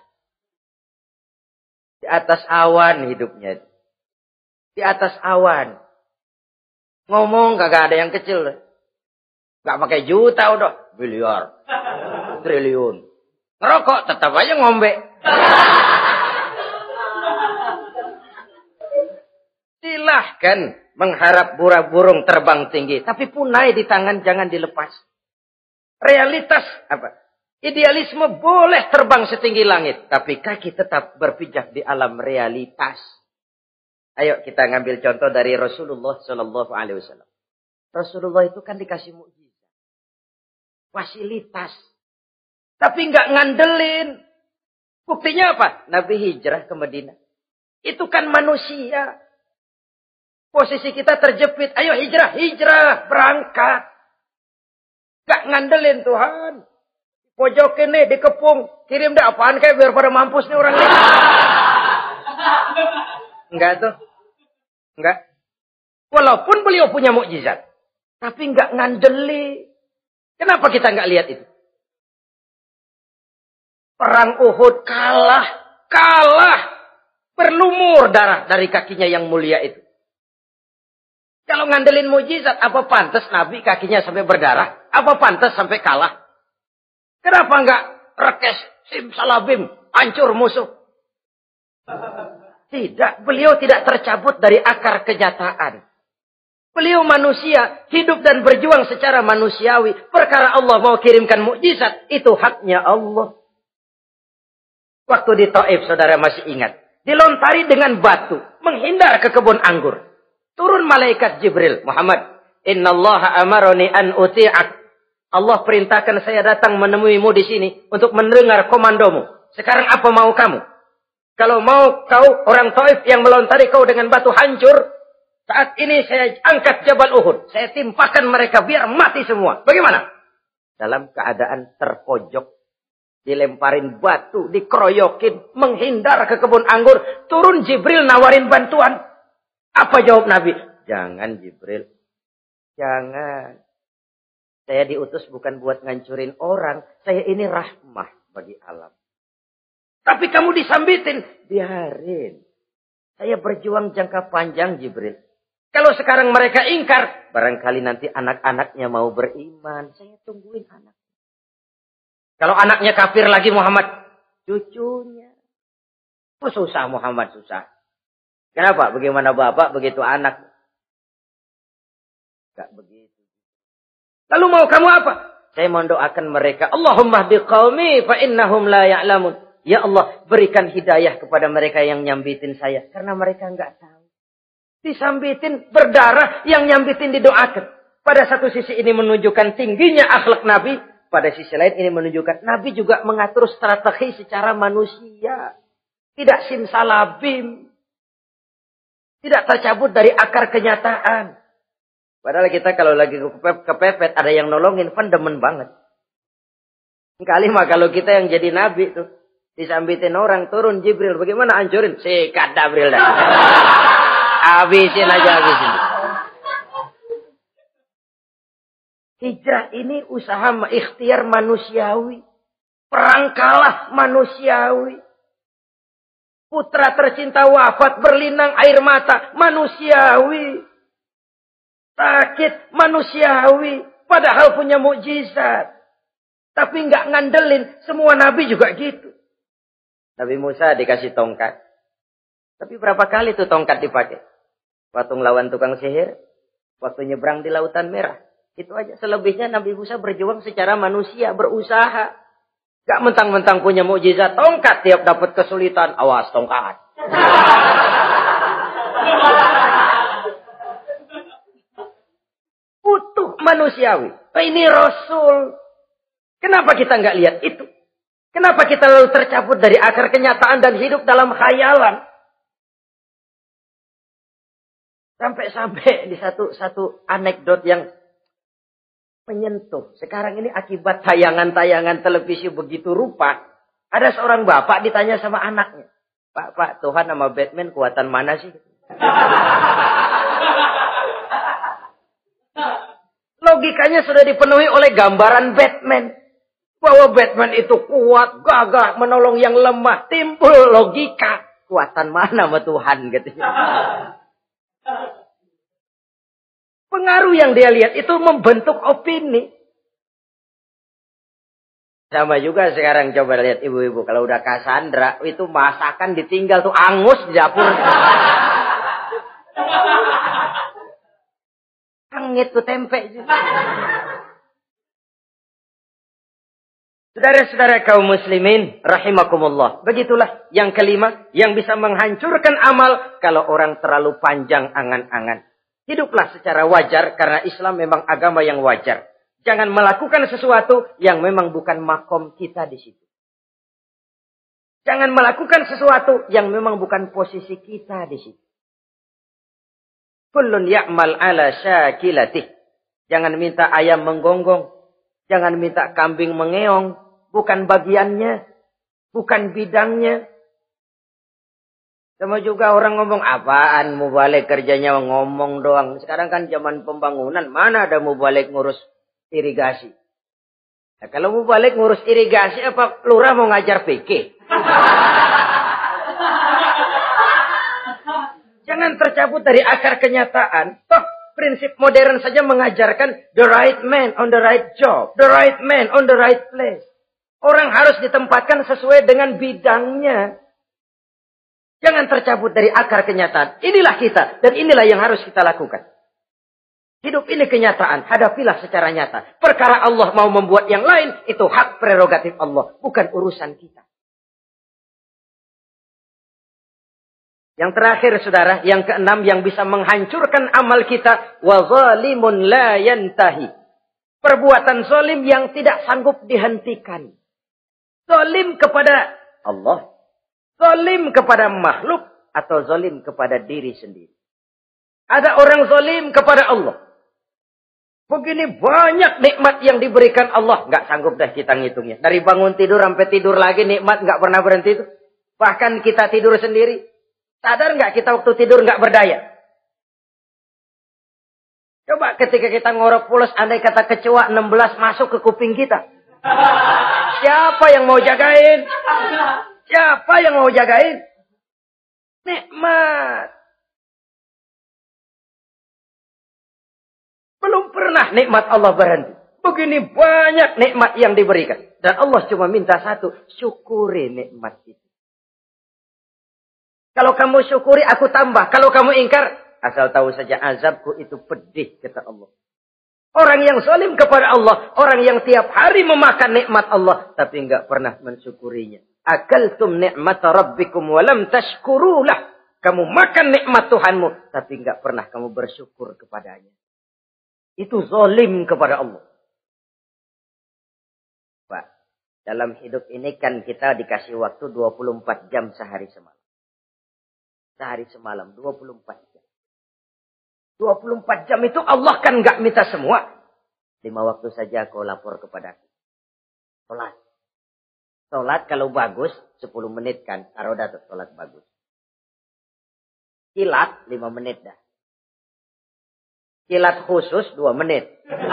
A: Di atas awan hidupnya. Di atas awan. Ngomong kagak ada yang kecil deh. Gak pakai juta udah. Miliar. Triliun. Ngerokok tetap aja ngombe. Silahkan mengharap burung terbang tinggi. Tapi punai di tangan jangan dilepas. Realitas apa? Idealisme boleh terbang setinggi langit. Tapi kaki tetap berpijak di alam realitas. Ayo kita ngambil contoh dari Rasulullah Shallallahu Alaihi Wasallam. Rasulullah itu kan dikasih mukjizat. fasilitas. Tapi nggak ngandelin. Buktinya apa? Nabi hijrah ke Madinah. Itu kan manusia. Posisi kita terjepit. Ayo hijrah, hijrah, berangkat. Gak ngandelin Tuhan. Pojokin nih, dikepung. Kirim dah apaan kayak biar pada mampus nih orang ini. Enggak tuh. Enggak. Walaupun beliau punya mukjizat. Tapi enggak ngandeli. Kenapa kita enggak lihat itu? Perang Uhud kalah. Kalah. Berlumur darah dari kakinya yang mulia itu. Kalau ngandelin mujizat, apa pantas Nabi kakinya sampai berdarah? Apa pantas sampai kalah? Kenapa enggak rekes, sim, salabim, hancur musuh? Tidak, beliau tidak tercabut dari akar kenyataan. Beliau manusia, hidup dan berjuang secara manusiawi. Perkara Allah mau kirimkan mukjizat, itu haknya Allah. Waktu di Taif, saudara masih ingat. Dilontari dengan batu, menghindar ke kebun anggur. Turun malaikat Jibril, Muhammad. Innallaha amaroni an uti'ak. Allah perintahkan saya datang menemuimu di sini untuk mendengar komandomu. Sekarang apa mau kamu? Kalau mau kau orang Taif yang melontari kau dengan batu hancur, saat ini saya angkat Jabal Uhud. Saya timpakan mereka biar mati semua. Bagaimana? Dalam keadaan terpojok. Dilemparin batu, dikeroyokin, menghindar ke kebun anggur. Turun Jibril nawarin bantuan. Apa jawab Nabi? Jangan Jibril. Jangan. Saya diutus bukan buat ngancurin orang. Saya ini rahmah bagi alam. Tapi kamu disambitin. Biarin. Saya berjuang jangka panjang Jibril. Kalau sekarang mereka ingkar. Barangkali nanti anak-anaknya mau beriman. Saya tungguin anak. Kalau anaknya kafir lagi Muhammad. Cucunya. Oh susah Muhammad, susah. Kenapa? Bagaimana bapak, begitu anak. Gak begitu. Lalu mau kamu apa? Saya mendoakan mereka. Allahumma hdi qaumi fa innahum la ya'lamun. Ya Allah, berikan hidayah kepada mereka yang nyambitin saya. Karena mereka enggak tahu. Disambitin berdarah, yang nyambitin didoakan. Pada satu sisi ini menunjukkan tingginya akhlak Nabi. Pada sisi lain ini menunjukkan Nabi juga mengatur strategi secara manusia. Tidak simsalabim. Tidak tercabut dari akar kenyataan. Padahal kita kalau lagi kepepet ada yang nolongin, kan demen banget. Kali mah kalau kita yang jadi Nabi tuh. Disambitin orang, turun Jibril. Bagaimana hancurin? Sikat Jibril dah. Habisin aja, habisin. Hijrah ini usaha ikhtiar manusiawi. Perang kalah manusiawi. Putra tercinta wafat berlinang air mata manusiawi. Sakit manusiawi. Padahal punya mukjizat. Tapi nggak ngandelin. Semua nabi juga gitu. Nabi Musa dikasih tongkat. Tapi berapa kali tuh tongkat dipakai? Waktu lawan tukang sihir. Waktu nyebrang di Lautan Merah. Itu aja. Selebihnya Nabi Musa berjuang secara manusia. Berusaha. Gak mentang-mentang punya mukjizat. Tongkat tiap dapat kesulitan. Awas tongkat. Utuh manusiawi. Ini Rasul. Kenapa kita gak lihat itu? Kenapa kita lalu tercabut dari akar kenyataan dan hidup dalam khayalan? Sampai-sampai di satu satu anekdot yang menyentuh. Sekarang ini akibat tayangan-tayangan televisi begitu rupa. Ada seorang bapak ditanya sama anaknya. Pak, Pak, Tuhan sama Batman kuatan mana sih? Logikanya sudah dipenuhi oleh gambaran Batman. Bahwa Batman itu kuat, gagah, menolong yang lemah. Timbul logika. Kuatan mana sama Tuhan? Katanya. Pengaruh yang dia lihat itu membentuk opini. Sama juga sekarang coba lihat ibu-ibu. Kalau udah Cassandra, itu masakan ditinggal tuh angus di dapur. Angit tuh tempe. Saudara-saudara kaum muslimin, rahimakumullah. Begitulah yang kelima, yang bisa menghancurkan amal kalau orang terlalu panjang angan-angan. Hiduplah secara wajar karena Islam memang agama yang wajar. Jangan melakukan sesuatu yang memang bukan makom kita di situ. Jangan melakukan sesuatu yang memang bukan posisi kita di situ. Kullun ya'mal ala syakilatih. Jangan minta ayam menggonggong. Jangan minta kambing mengeong. Bukan bagiannya. Bukan bidangnya. Sama juga orang ngomong, apaan mubalik kerjanya ngomong doang. Sekarang kan zaman pembangunan. Mana ada mubalik ngurus irigasi. Nah, kalau mubalik ngurus irigasi, apa lurah mau ngajar P K? Jangan tercabut dari akar kenyataan. Toh, prinsip modern saja mengajarkan the right man on the right job. The right man on the right place. Orang harus ditempatkan sesuai dengan bidangnya. Jangan tercabut dari akar kenyataan. Inilah kita. Dan inilah yang harus kita lakukan. Hidup ini kenyataan. Hadapilah secara nyata. Perkara Allah mau membuat yang lain. Itu hak prerogatif Allah. Bukan urusan kita. Yang terakhir saudara. Yang keenam yang bisa menghancurkan amal kita. Wa zalimun la yantahi. Perbuatan zalim yang tidak sanggup dihentikan. Zalim kepada Allah. Zalim kepada makhluk. Atau zalim kepada diri sendiri. Ada orang zalim kepada Allah. Begini banyak nikmat yang diberikan Allah. Nggak sanggup dah kita ngitungnya. Dari bangun tidur sampai tidur lagi nikmat nggak pernah berhenti itu. Bahkan kita tidur sendiri. Sadar nggak kita waktu tidur nggak berdaya? Coba ketika kita ngorok pulas, andai kata kecoa enam belas masuk ke kuping kita. Siapa yang mau jagain? Siapa yang mau jagain? Nikmat. Belum pernah nikmat Allah berhenti. Begini banyak nikmat yang diberikan. Dan Allah cuma minta satu. Syukuri nikmat itu. Kalau kamu syukuri, aku tambah. Kalau kamu ingkar, asal tahu saja azabku itu pedih, kata Allah. Orang yang zalim kepada Allah. Orang yang tiap hari memakan nikmat Allah. Tapi enggak pernah mensyukurinya. Akaltum ni'mata rabbikum walam tashkurulah. Kamu makan nikmat Tuhanmu. Tapi enggak pernah kamu bersyukur kepadanya. Itu zalim kepada Allah. Pak, dalam hidup ini kan kita dikasih waktu dua puluh empat jam sehari semalam. Sehari semalam, dua puluh empat jam. dua puluh empat jam itu Allah kan nggak minta semua. Lima waktu saja kau lapor kepadaku. Sholat. Sholat kalau bagus, sepuluh menit kan. Taruh dah sholat bagus. Kilat, lima menit dah. Kilat khusus dua menit.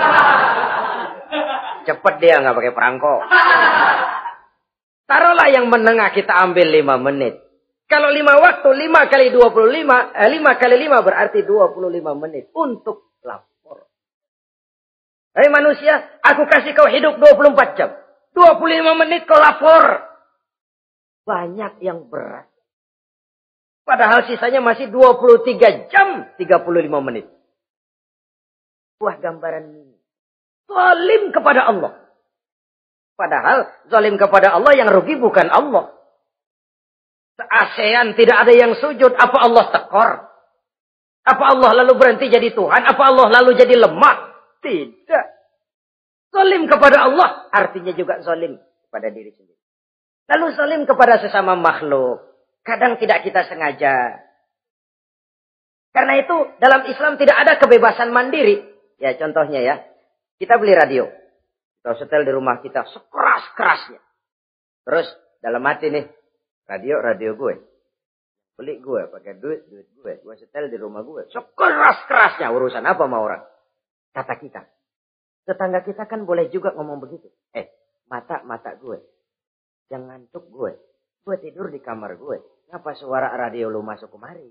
A: Cepet dia nggak pakai perangko. Taruhlah yang menengah kita ambil lima menit. Kalau lima waktu, lima kali dua puluh lima, eh, lima kali lima berarti dua puluh lima menit untuk lapor. Hei manusia, aku kasih kau hidup dua puluh empat jam. dua puluh lima menit kau lapor. Banyak yang berat. Padahal sisanya masih dua puluh tiga jam, tiga puluh lima menit. Buah gambaran ini. Zalim kepada Allah. Padahal zalim kepada Allah yang rugi bukan Allah. Se-ASEAN tidak ada yang sujud. Apa Allah tekor? Apa Allah lalu berhenti jadi Tuhan? Apa Allah lalu jadi lemah? Tidak. Zalim kepada Allah. Artinya juga zalim kepada diri sendiri. Lalu zalim kepada sesama makhluk. Kadang tidak kita sengaja. Karena itu dalam Islam tidak ada kebebasan mandiri. Ya contohnya ya. Kita beli radio. Kita setel di rumah kita sekeras-kerasnya. Terus dalam hati nih. Radio, radio gue. Beli gue, pakai duit, duit gue. Gue setel di rumah gue. Sekeras-kerasnya. Urusan apa sama orang? Kata kita. Tetangga kita kan boleh juga ngomong begitu. Eh, mata-mata gue. Jangan ngantuk gue. Gue tidur di kamar gue. Ngapa suara radio lu masuk kemari?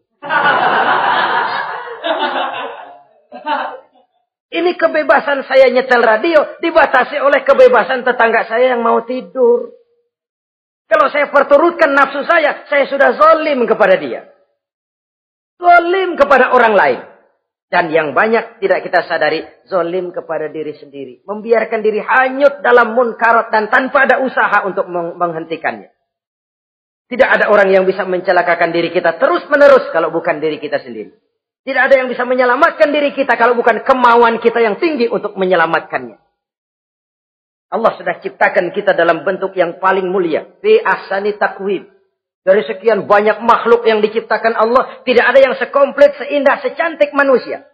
A: Ini kebebasan saya nyetel radio. Dibatasi oleh kebebasan tetangga saya yang mau tidur. Kalau saya perturutkan nafsu saya, saya sudah zalim kepada dia. Zalim kepada orang lain. Dan yang banyak tidak kita sadari, zalim kepada diri sendiri. Membiarkan diri hanyut dalam munkarat dan tanpa ada usaha untuk menghentikannya. Tidak ada orang yang bisa mencelakakan diri kita terus-menerus kalau bukan diri kita sendiri. Tidak ada yang bisa menyelamatkan diri kita kalau bukan kemauan kita yang tinggi untuk menyelamatkannya. Allah sudah ciptakan kita dalam bentuk yang paling mulia. Fi ahsani taqwim. Dari sekian banyak makhluk yang diciptakan Allah, tidak ada yang sekomplit, seindah, secantik manusia.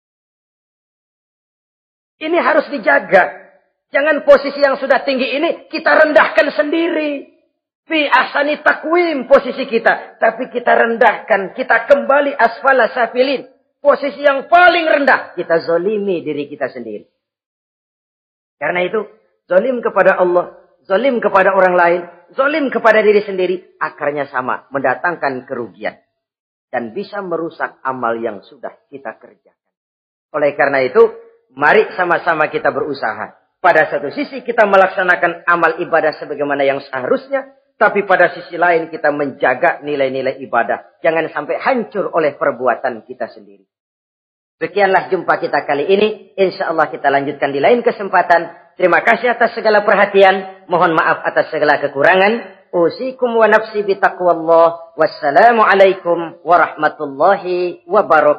A: Ini harus dijaga. Jangan posisi yang sudah tinggi ini kita rendahkan sendiri. Fi ahsani taqwim posisi kita. Tapi kita rendahkan. Kita kembali asfala safilin. Posisi yang paling rendah. Kita zolimi diri kita sendiri. Karena itu, zalim kepada Allah, zalim kepada orang lain, zalim kepada diri sendiri, akarnya sama, mendatangkan kerugian. Dan bisa merusak amal yang sudah kita kerjakan. Oleh karena itu, mari sama-sama kita berusaha. Pada satu sisi kita melaksanakan amal ibadah sebagaimana yang seharusnya, tapi pada sisi lain kita menjaga nilai-nilai ibadah. Jangan sampai hancur oleh perbuatan kita sendiri. Sekianlah jumpa kita kali ini. Insya Allah kita lanjutkan di lain kesempatan. Terima kasih atas segala perhatian. Mohon maaf atas segala kekurangan. Usikum wa nafsi bitaqwallah. Wassalamualaikum warahmatullahi wabarakatuh.